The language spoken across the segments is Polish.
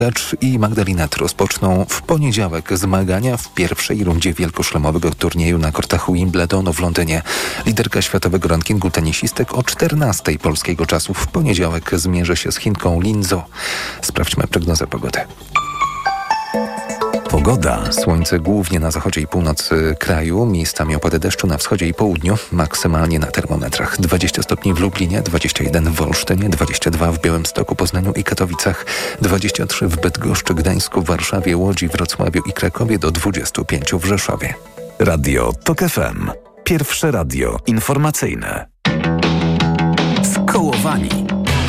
Gacz i Magdalinet rozpoczną w poniedziałek zmagania w pierwszej rundzie wielkoszlemowego turnieju na kortach Wimbledonu w Londynie. Liderka światowego rankingu tenisistek o 14 polskiego czasu w poniedziałek zmierzy się z Chinką Lin Zhou. Sprawdźmy prognozę pogody. Pogoda. Słońce głównie na zachodzie i północy kraju, miejscami opady deszczu na wschodzie i południu, maksymalnie na termometrach 20 stopni w Lublinie, 21 w Olsztynie, 22 w Białymstoku, Poznaniu i Katowicach, 23 w Bydgoszczy, Gdańsku, Warszawie, Łodzi, Wrocławiu i Krakowie, do 25 w Rzeszowie. Radio TOK FM. Pierwsze radio informacyjne. Skołowani.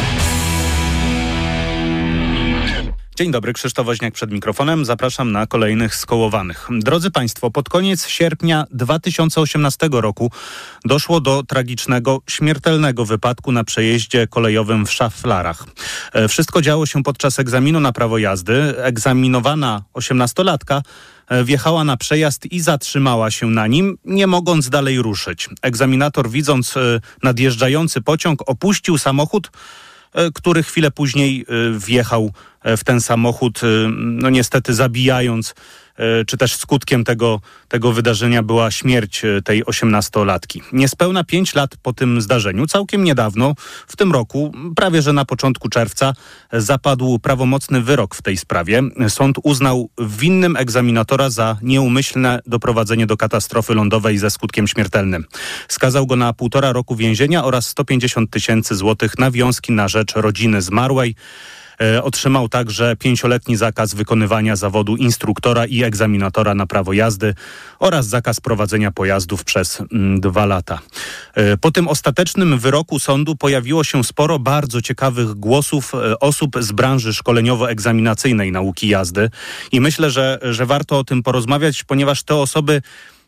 Dzień dobry, Krzysztof Woźniak przed mikrofonem. Zapraszam na kolejnych Skołowanych. Drodzy Państwo, pod koniec sierpnia 2018 roku doszło do tragicznego, śmiertelnego wypadku na przejeździe kolejowym w Szaflarach. Wszystko działo się podczas egzaminu na prawo jazdy. Egzaminowana 18-latka wjechała na przejazd i zatrzymała się na nim, nie mogąc dalej ruszyć. Egzaminator, widząc nadjeżdżający pociąg, opuścił samochód, który chwilę później wjechał w ten samochód, no niestety zabijając, czy też skutkiem tego wydarzenia była śmierć tej 18-latki. Niespełna 5 lat po tym zdarzeniu, całkiem niedawno, w tym roku, prawie że na początku czerwca, zapadł prawomocny wyrok w tej sprawie. Sąd uznał winnym egzaminatora za nieumyślne doprowadzenie do katastrofy lądowej ze skutkiem śmiertelnym. Skazał go na 1,5 roku więzienia oraz 150 000 złotych nawiązki na rzecz rodziny zmarłej. Otrzymał także 5-letni zakaz wykonywania zawodu instruktora i egzaminatora na prawo jazdy oraz zakaz prowadzenia pojazdów przez 2 lata. Po tym ostatecznym wyroku sądu pojawiło się sporo bardzo ciekawych głosów osób z branży szkoleniowo-egzaminacyjnej nauki jazdy i myślę, że warto o tym porozmawiać, ponieważ te osoby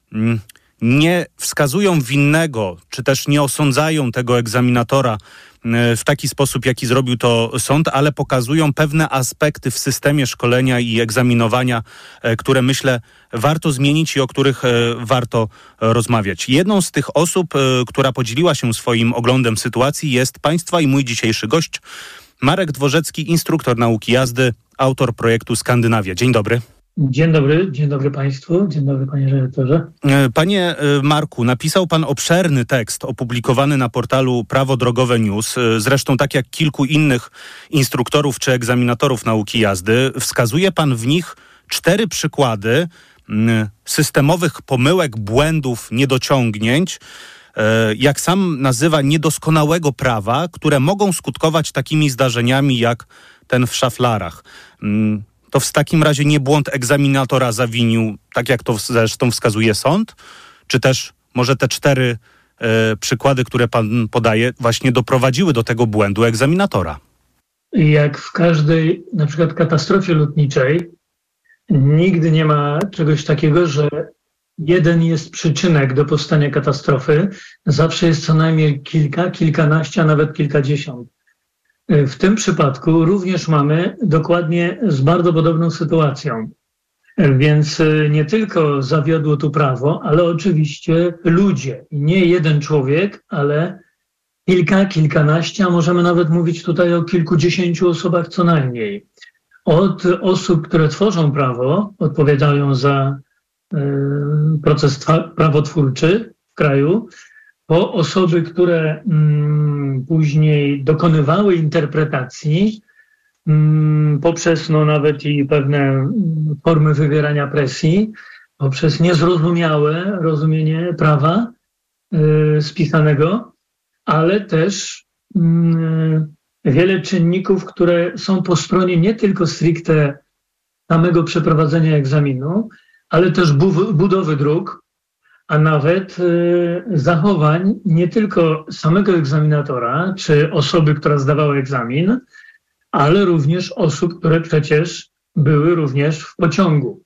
nie wskazują winnego, czy też nie osądzają tego egzaminatora w taki sposób, jaki zrobił to sąd, ale pokazują pewne aspekty w systemie szkolenia i egzaminowania, które myślę warto zmienić i o których warto rozmawiać. Jedną z tych osób, która podzieliła się swoim oglądem sytuacji, jest Państwa i mój dzisiejszy gość, Marek Dworzecki, instruktor nauki jazdy, autor projektu Skandynawia. Dzień dobry. Dzień dobry Państwu, dzień dobry Panie redaktorze. Panie Marku, napisał Pan obszerny tekst opublikowany na portalu Prawo Drogowe News. Zresztą tak jak kilku innych instruktorów czy egzaminatorów nauki jazdy, wskazuje Pan w nich 4 przykłady systemowych pomyłek, błędów, niedociągnięć, jak sam nazywa, niedoskonałego prawa, które mogą skutkować takimi zdarzeniami jak ten w Szaflarach. To w takim razie nie błąd egzaminatora zawinił, tak jak to zresztą wskazuje sąd? Czy też może te 4 przykłady, które Pan podaje, właśnie doprowadziły do tego błędu egzaminatora? Jak w każdej na przykład katastrofie lotniczej, nigdy nie ma czegoś takiego, że jeden jest przyczynek do powstania katastrofy. Zawsze jest co najmniej kilka, kilkanaście, a nawet kilkadziesiąt. W tym przypadku również mamy dokładnie z bardzo podobną sytuacją. Więc nie tylko zawiodło tu prawo, ale oczywiście ludzie. I nie jeden człowiek, ale kilka, kilkanaście, a możemy nawet mówić tutaj o kilkudziesięciu osobach co najmniej. Od osób, które tworzą prawo, odpowiadają za proces prawotwórczy w kraju, po osoby, które później dokonywały interpretacji poprzez nawet i pewne formy wywierania presji, poprzez niezrozumiałe rozumienie prawa spisanego, ale też wiele czynników, które są po stronie nie tylko stricte samego przeprowadzenia egzaminu, ale też budowy dróg, a nawet zachowań nie tylko samego egzaminatora, czy osoby, która zdawała egzamin, ale również osób, które przecież były również w pociągu.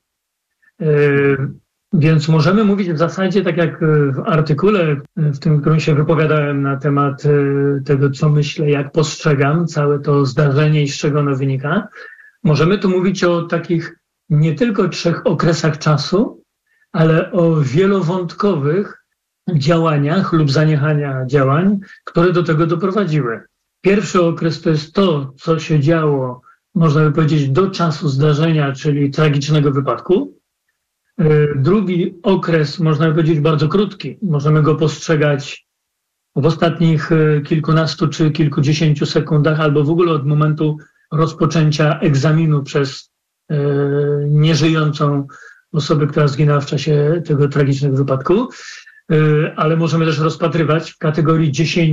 Więc możemy mówić w zasadzie, tak jak w artykule, w tym, którym się wypowiadałem na temat tego, co myślę, jak postrzegam całe to zdarzenie i z czego ono wynika, możemy tu mówić o takich nie tylko 3 okresach czasu, ale o wielowątkowych działaniach lub zaniechania działań, które do tego doprowadziły. Pierwszy okres to jest to, co się działo można by powiedzieć, do czasu zdarzenia, czyli tragicznego wypadku. Drugi okres, można by powiedzieć, bardzo krótki. Możemy go postrzegać w ostatnich kilkunastu czy kilkudziesięciu sekundach, albo w ogóle od momentu rozpoczęcia egzaminu przez nieżyjącą osobę, która zginęła w czasie tego tragicznego wypadku. Ale możemy też rozpatrywać w kategorii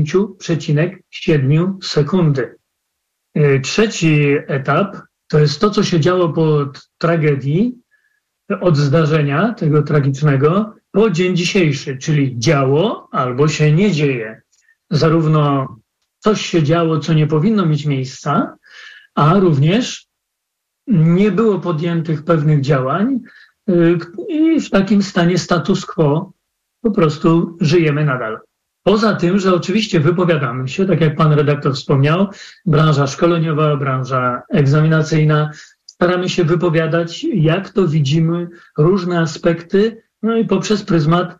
10,7 sekundy. Trzeci etap to jest to, co się działo po tragedii, od zdarzenia tego tragicznego po dzień dzisiejszy, czyli działo albo się nie dzieje. Zarówno coś się działo, co nie powinno mieć miejsca, a również nie było podjętych pewnych działań i w takim stanie status quo po prostu żyjemy nadal. Poza tym, że oczywiście wypowiadamy się, tak jak pan redaktor wspomniał, branża szkoleniowa, branża egzaminacyjna, staramy się wypowiadać, jak to widzimy, różne aspekty, no i poprzez pryzmat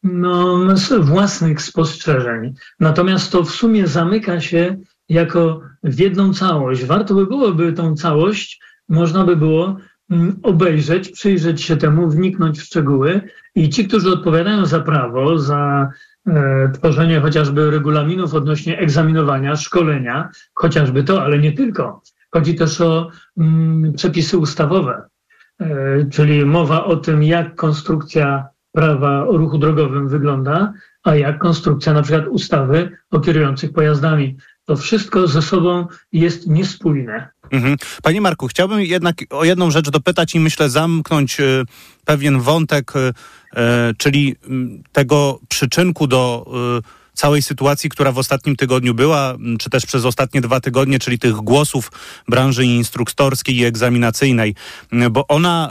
własnych spostrzeżeń. Natomiast to w sumie zamyka się jako w jedną całość. Warto by byłoby tą całość, można by było obejrzeć, przyjrzeć się temu, wniknąć w szczegóły i ci, którzy odpowiadają za prawo, za tworzenie chociażby regulaminów odnośnie egzaminowania, szkolenia, chociażby to, ale nie tylko. Chodzi też o przepisy ustawowe, czyli mowa o tym, jak konstrukcja prawa o ruchu drogowym wygląda, a jak konstrukcja na przykład ustawy o kierujących pojazdami. To wszystko ze sobą jest niespójne. Panie Marku, chciałbym jednak o jedną rzecz dopytać i myślę zamknąć pewien wątek, czyli tego przyczynku do całej sytuacji, która w ostatnim tygodniu była, czy też przez ostatnie 2 tygodnie, czyli tych głosów branży instruktorskiej i egzaminacyjnej, bo ona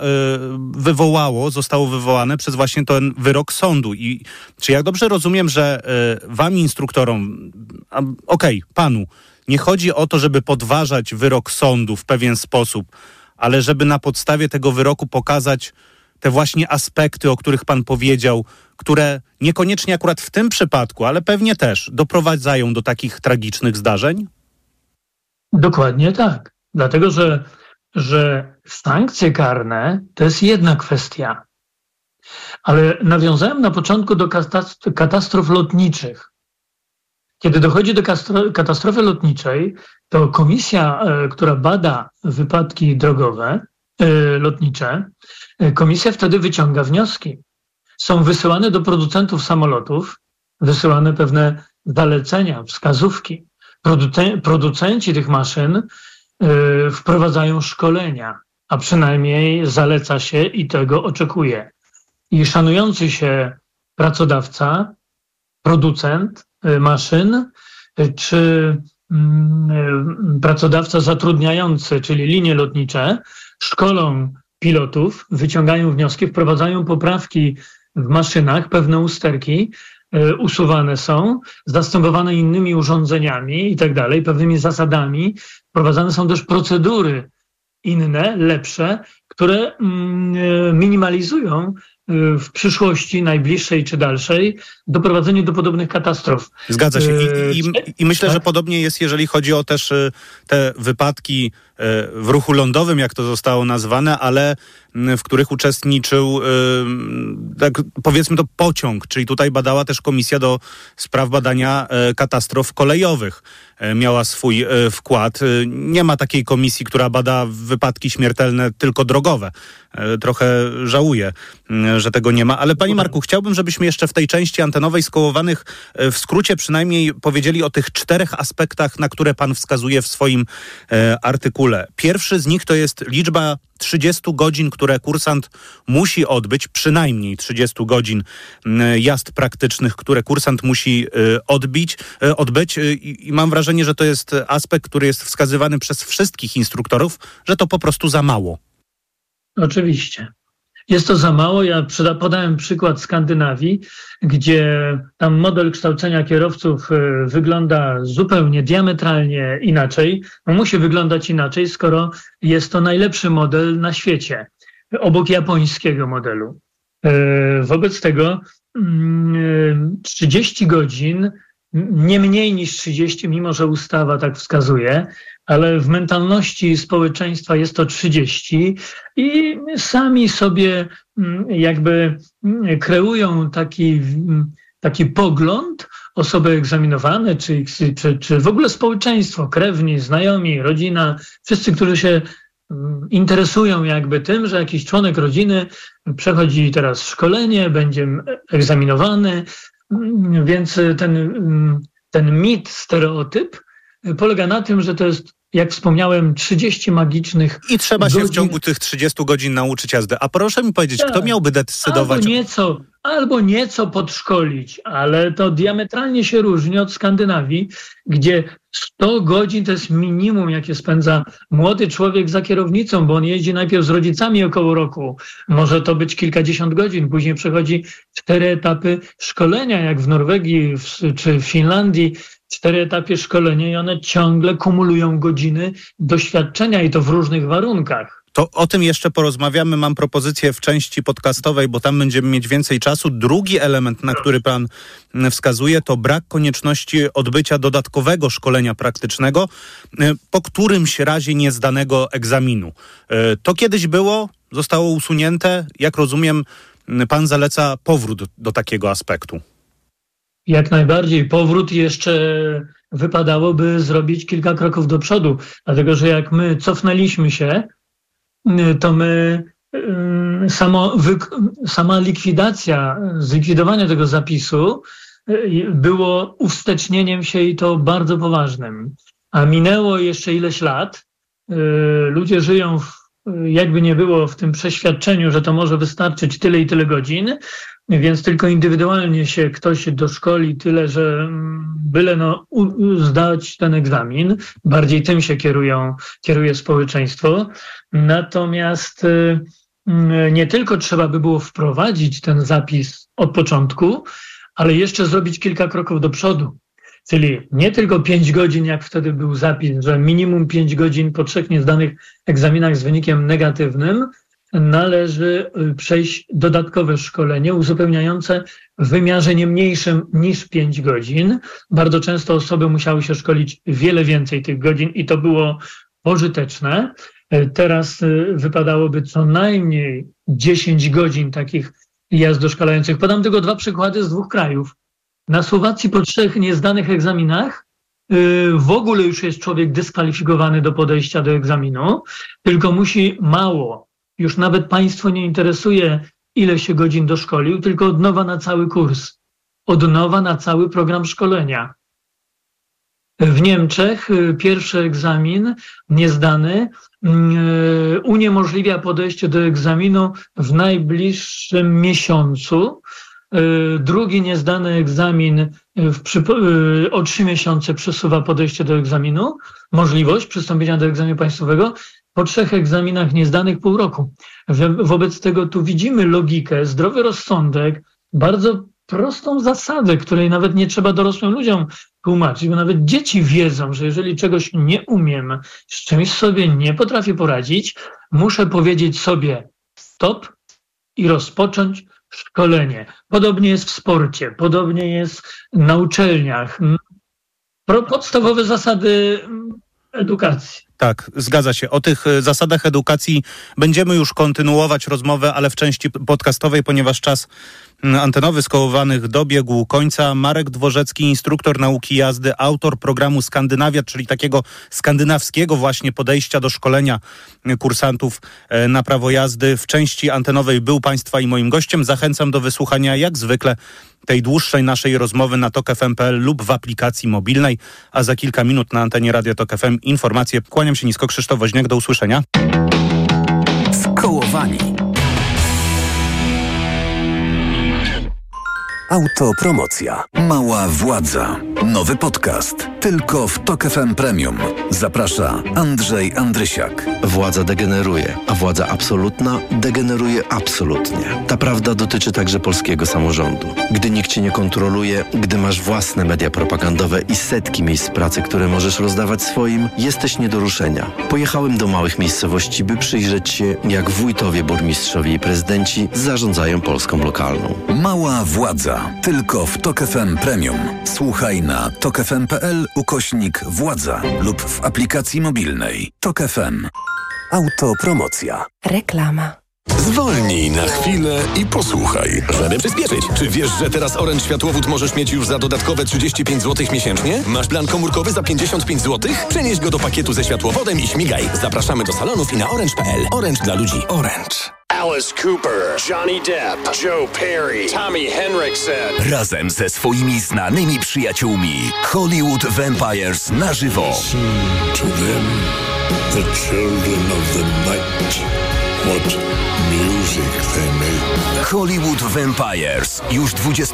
zostało wywołane przez właśnie ten wyrok sądu. I czy jak dobrze rozumiem, że wam instruktorom, panu, nie chodzi o to, żeby podważać wyrok sądu w pewien sposób, ale żeby na podstawie tego wyroku pokazać te właśnie aspekty, o których pan powiedział, które niekoniecznie akurat w tym przypadku, ale pewnie też doprowadzają do takich tragicznych zdarzeń? Dokładnie tak. Dlatego, że sankcje karne to jest jedna kwestia. Ale nawiązałem na początku do katastrof lotniczych. Kiedy dochodzi do katastrofy lotniczej, to komisja, która bada wypadki drogowe, lotnicze, komisja wtedy wyciąga wnioski. Są wysyłane do producentów samolotów, wysyłane pewne zalecenia, wskazówki. Producenci tych maszyn wprowadzają szkolenia, a przynajmniej zaleca się i tego oczekuje. I szanujący się pracodawca, producent maszyn, czy pracodawca zatrudniający, czyli linie lotnicze, szkolą pilotów, wyciągają wnioski, wprowadzają poprawki w maszynach, pewne usterki usuwane są, zastępowane innymi urządzeniami i tak dalej, pewnymi zasadami. Wprowadzane są też procedury inne, lepsze, które minimalizują w przyszłości najbliższej czy dalszej doprowadzenie do podobnych katastrof. Zgadza się. I myślę, że podobnie jest, jeżeli chodzi o też te wypadki w ruchu lądowym, jak to zostało nazwane, ale w których uczestniczył, tak powiedzmy to, pociąg, czyli tutaj badała też Komisja do Spraw Badania Katastrof Kolejowych. Miała swój wkład. Nie ma takiej komisji, która bada wypadki śmiertelne tylko drogowe. Trochę żałuję, że tego nie ma. Ale panie Marku, chciałbym, żebyśmy jeszcze w tej części antenowej Skołowanych w skrócie przynajmniej powiedzieli o tych 4 aspektach, na które pan wskazuje w swoim artykule. Pierwszy z nich to jest liczba 30 godzin, które kursant musi odbyć, przynajmniej 30 godzin jazd praktycznych, które kursant musi odbyć i mam wrażenie, że to jest aspekt, który jest wskazywany przez wszystkich instruktorów, że to po prostu za mało. Oczywiście. Jest to za mało. Ja podałem przykład Skandynawii, gdzie tam model kształcenia kierowców wygląda zupełnie diametralnie inaczej. Musi wyglądać inaczej, skoro jest to najlepszy model na świecie, obok japońskiego modelu. Wobec tego 30 godzin nie mniej niż 30, mimo że ustawa tak wskazuje, ale w mentalności społeczeństwa jest to 30 i sami sobie jakby kreują taki pogląd, osoby egzaminowane, czy w ogóle społeczeństwo, krewni, znajomi, rodzina, wszyscy, którzy się interesują jakby tym, że jakiś członek rodziny przechodzi teraz szkolenie, będzie egzaminowany, więc ten mit, stereotyp polega na tym, że to jest, jak wspomniałem, 30 magicznych I trzeba się godzin. w ciągu tych 30 godzin nauczyć jazdy. A proszę mi powiedzieć, kto miałby decydować? Albo nieco podszkolić, ale to diametralnie się różni od Skandynawii, gdzie 100 godzin to jest minimum, jakie spędza młody człowiek za kierownicą, bo on jeździ najpierw z rodzicami około roku. Może to być kilkadziesiąt godzin, później przechodzi 4 etapy szkolenia, jak w Norwegii czy w Finlandii. 4 etapy szkolenia i one ciągle kumulują godziny doświadczenia i to w różnych warunkach. To o tym jeszcze porozmawiamy. Mam propozycję w części podcastowej, bo tam będziemy mieć więcej czasu. Drugi element, na który pan wskazuje, to brak konieczności odbycia dodatkowego szkolenia praktycznego po którymś razie niezdanego egzaminu. To kiedyś było, zostało usunięte. Jak rozumiem, pan zaleca powrót do takiego aspektu. Jak najbardziej. Powrót jeszcze wypadałoby zrobić kilka kroków do przodu, dlatego że jak my cofnęliśmy się, to my sama zlikwidowanie tego zapisu było uwstecznieniem się i to bardzo poważnym. A minęło jeszcze ileś lat. Ludzie żyją jakby nie było w tym przeświadczeniu, że to może wystarczyć tyle i tyle godzin, więc tylko indywidualnie się ktoś doszkoli tyle, że byle zdać ten egzamin. Bardziej tym się kieruje społeczeństwo. Natomiast nie tylko trzeba by było wprowadzić ten zapis od początku, ale jeszcze zrobić kilka kroków do przodu. Czyli nie tylko 5 godzin, jak wtedy był zapis, że minimum 5 godzin po 3 niezdanych egzaminach z wynikiem negatywnym należy przejść dodatkowe szkolenie uzupełniające w wymiarze nie mniejszym niż 5 godzin. Bardzo często osoby musiały się szkolić wiele więcej tych godzin i to było pożyteczne. Teraz wypadałoby co najmniej 10 godzin takich jazd doszkalających. Podam tylko 2 przykłady z 2 krajów. Na Słowacji po 3 niezdanych egzaminach w ogóle już jest człowiek dyskwalifikowany do podejścia do egzaminu, tylko musi mało. Już nawet państwo nie interesuje, ile się godzin doszkolił, tylko od nowa na cały kurs, od nowa na cały program szkolenia. W Niemczech pierwszy egzamin niezdany uniemożliwia podejście do egzaminu w najbliższym miesiącu. Drugi niezdany egzamin o 3 miesiące przesuwa podejście do egzaminu, możliwość przystąpienia do egzaminu państwowego, po 3 egzaminach niezdanych pół roku. Wobec tego tu widzimy logikę, zdrowy rozsądek, bardzo prostą zasadę, której nawet nie trzeba dorosłym ludziom tłumaczyć, bo nawet dzieci wiedzą, że jeżeli czegoś nie umiem, z czymś sobie nie potrafię poradzić, muszę powiedzieć sobie stop i rozpocząć szkolenie. Podobnie jest w sporcie, podobnie jest na uczelniach. Podstawowe zasady edukacji. Tak, zgadza się. O tych zasadach edukacji będziemy już kontynuować rozmowę, ale w części podcastowej, ponieważ czas antenowy Skołowanych dobiegł końca. Marek Dworzecki, instruktor nauki jazdy, autor programu Skandynawia, czyli takiego skandynawskiego właśnie podejścia do szkolenia kursantów na prawo jazdy. W części antenowej był Państwa i moim gościem. Zachęcam do wysłuchania jak zwykle tej dłuższej naszej rozmowy na tokfm.pl lub w aplikacji mobilnej, a za kilka minut na antenie Radia Tok FM informacje. Kłaniam się nisko, Krzysztof Woźniak, do usłyszenia. Skołowani. Autopromocja. Mała władza. Nowy podcast. Tylko w Tok FM Premium. Zaprasza Andrzej Andrysiak. Władza degeneruje, a władza absolutna degeneruje absolutnie. Ta prawda dotyczy także polskiego samorządu. Gdy nikt cię nie kontroluje, gdy masz własne media propagandowe i setki miejsc pracy, które możesz rozdawać swoim, jesteś nie do ruszenia. Pojechałem do małych miejscowości, by przyjrzeć się, jak wójtowie, burmistrzowie i prezydenci zarządzają Polską lokalną. Mała władza. Władza. Tylko w TOK FM Premium. Słuchaj na tokfm.pl/władza lub w aplikacji mobilnej TOK FM. Autopromocja. Reklama. Zwolnij na chwilę i posłuchaj, żeby przyspieszyć. Czy wiesz, że teraz Orange Światłowód możesz mieć już za dodatkowe 35 zł miesięcznie? Masz plan komórkowy za 55 zł? Przenieś go do pakietu ze światłowodem i śmigaj. Zapraszamy do salonów i na orange.pl. Orange dla ludzi. Orange. Alice Cooper, Johnny Depp, Joe Perry, Tommy Henriksen. Razem ze swoimi znanymi przyjaciółmi Hollywood Vampires na żywo. To them, the children of the night. What music they make. Hollywood Vampires już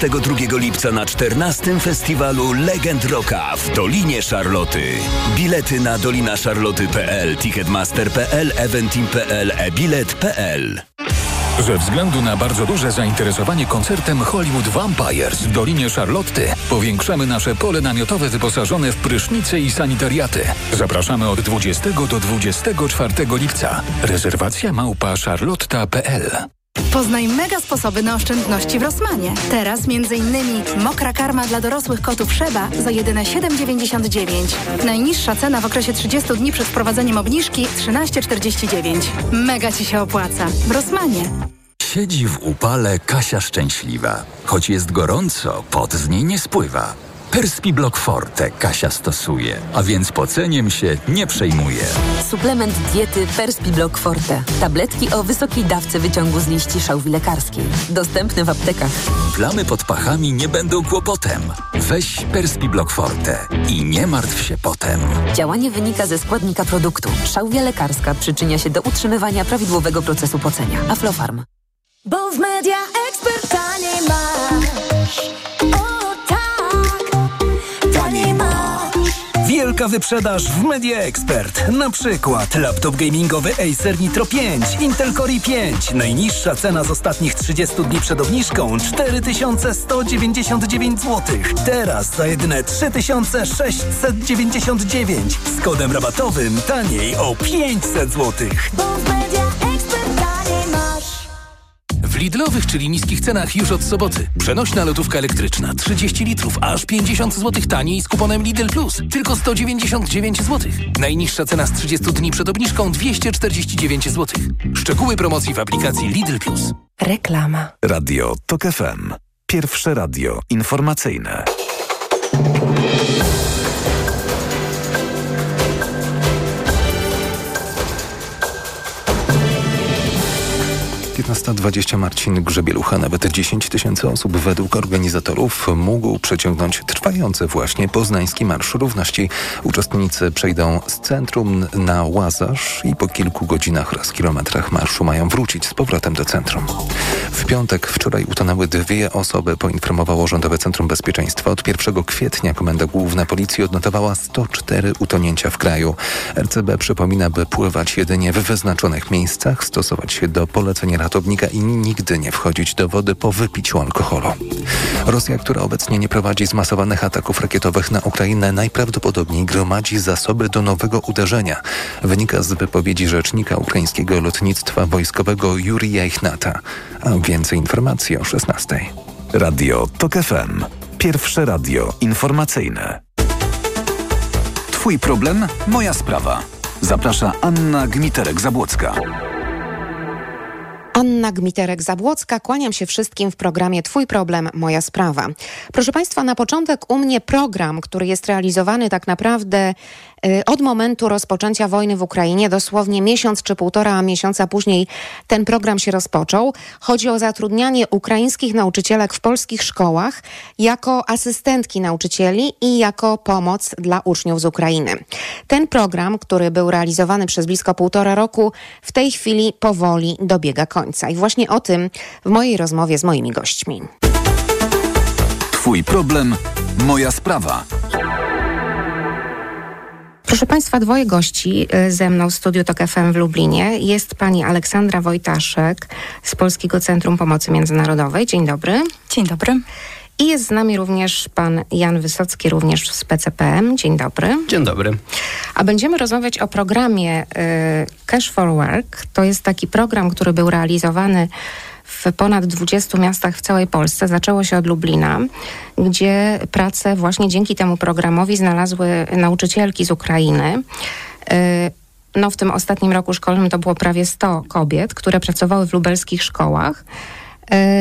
22 lipca na 14. festiwalu Legend Rocka w Dolinie Szarloty. Bilety na dolinaszarloty.pl, ticketmaster.pl, eventim.pl, ebilet.pl. Ze względu na bardzo duże zainteresowanie koncertem Hollywood Vampires w Dolinie Szarlotty powiększamy nasze pole namiotowe wyposażone w prysznice i sanitariaty. Zapraszamy od 20 do 24 lipca. Rezerwacja @charlotta.pl. Poznaj mega sposoby na oszczędności w Rossmanie. Teraz m.in. mokra karma dla dorosłych kotów Sheba za jedyne 7,99. Najniższa cena w okresie 30 dni przed wprowadzeniem obniżki 13,49. Mega Ci się opłaca. W Rossmanie. Siedzi w upale Kasia szczęśliwa. Choć jest gorąco, pot z niej nie spływa. Perspiblock Forte Kasia stosuje, a więc poceniem się nie przejmuje. Suplement diety Perspiblock Forte. Tabletki o wysokiej dawce wyciągu z liści szałwi lekarskiej. Dostępne w aptekach. Plamy pod pachami nie będą kłopotem. Weź Perspiblock Forte i nie martw się potem. Działanie wynika ze składnika produktu. Szałwia lekarska przyczynia się do utrzymywania prawidłowego procesu pocenia. Aflofarm. Bo w Media Expert taniej masz. O tak, taniej masz. Wielka wyprzedaż w Media Expert. Na przykład laptop gamingowy Acer Nitro 5, Intel Core i5. Najniższa cena z ostatnich 30 dni przed obniżką 4199 zł. Teraz za jedyne 3699. Z kodem rabatowym taniej o 500 zł. Bo w Media Expert taniej masz. W Lidlowych, czyli niskich cenach już od soboty. Przenośna lodówka elektryczna 30 litrów, aż 50 zł taniej z kuponem Lidl Plus. Tylko 199 zł. Najniższa cena z 30 dni przed obniżką 249 zł. Szczegóły promocji w aplikacji Lidl Plus. Reklama. Radio TOK FM. Pierwsze radio informacyjne. 15:20. Marcin Grzebielucha. Nawet 10 000 osób według organizatorów mógł przeciągnąć trwający właśnie poznański Marsz Równości. Uczestnicy przejdą z centrum na Łazarz i po kilku godzinach oraz kilometrach marszu mają wrócić z powrotem do centrum. W piątek wczoraj utonęły 2 osoby, poinformowało Rządowe Centrum Bezpieczeństwa. Od 1 kwietnia Komenda Główna Policji odnotowała 104 utonięcia w kraju. RCB przypomina, by pływać jedynie w wyznaczonych miejscach, stosować się do poleceń ratownika i nigdy nie wchodzić do wody po wypiciu alkoholu. Rosja, która obecnie nie prowadzi zmasowanych ataków rakietowych na Ukrainę, najprawdopodobniej gromadzi zasoby do nowego uderzenia. Wynika z wypowiedzi rzecznika ukraińskiego lotnictwa wojskowego Jurija Ichnata. A więcej informacji o 16:00. Radio TOK FM. Pierwsze radio informacyjne. Twój problem, moja sprawa. Zaprasza Anna Gmiterek-Zabłocka. Anna Gmiterek-Zabłocka, kłaniam się wszystkim w programie Twój problem, moja sprawa. Proszę Państwa, na początek u mnie program, który jest realizowany tak naprawdę od momentu rozpoczęcia wojny w Ukrainie, dosłownie miesiąc czy 1,5 miesiąca później ten program się rozpoczął. Chodzi o zatrudnianie ukraińskich nauczycielek w polskich szkołach jako asystentki nauczycieli i jako pomoc dla uczniów z Ukrainy. Ten program, który był realizowany przez blisko 1,5 roku, w tej chwili powoli dobiega końca. I właśnie o tym w mojej rozmowie z moimi gośćmi. Twój problem, moja sprawa. Proszę Państwa, 2 gości ze mną w studiu TOK FM w Lublinie. Jest pani Aleksandra Wojtaszek z Polskiego Centrum Pomocy Międzynarodowej. Dzień dobry. Dzień dobry. I jest z nami również pan Jan Wysocki, również z PCPM. Dzień dobry. Dzień dobry. A będziemy rozmawiać o programie Cash for Work. To jest taki program, który był realizowany w ponad 20 miastach w całej Polsce. Zaczęło się od Lublina, gdzie pracę właśnie dzięki temu programowi znalazły nauczycielki z Ukrainy. W tym ostatnim roku szkolnym to było prawie 100 kobiet, które pracowały w lubelskich szkołach.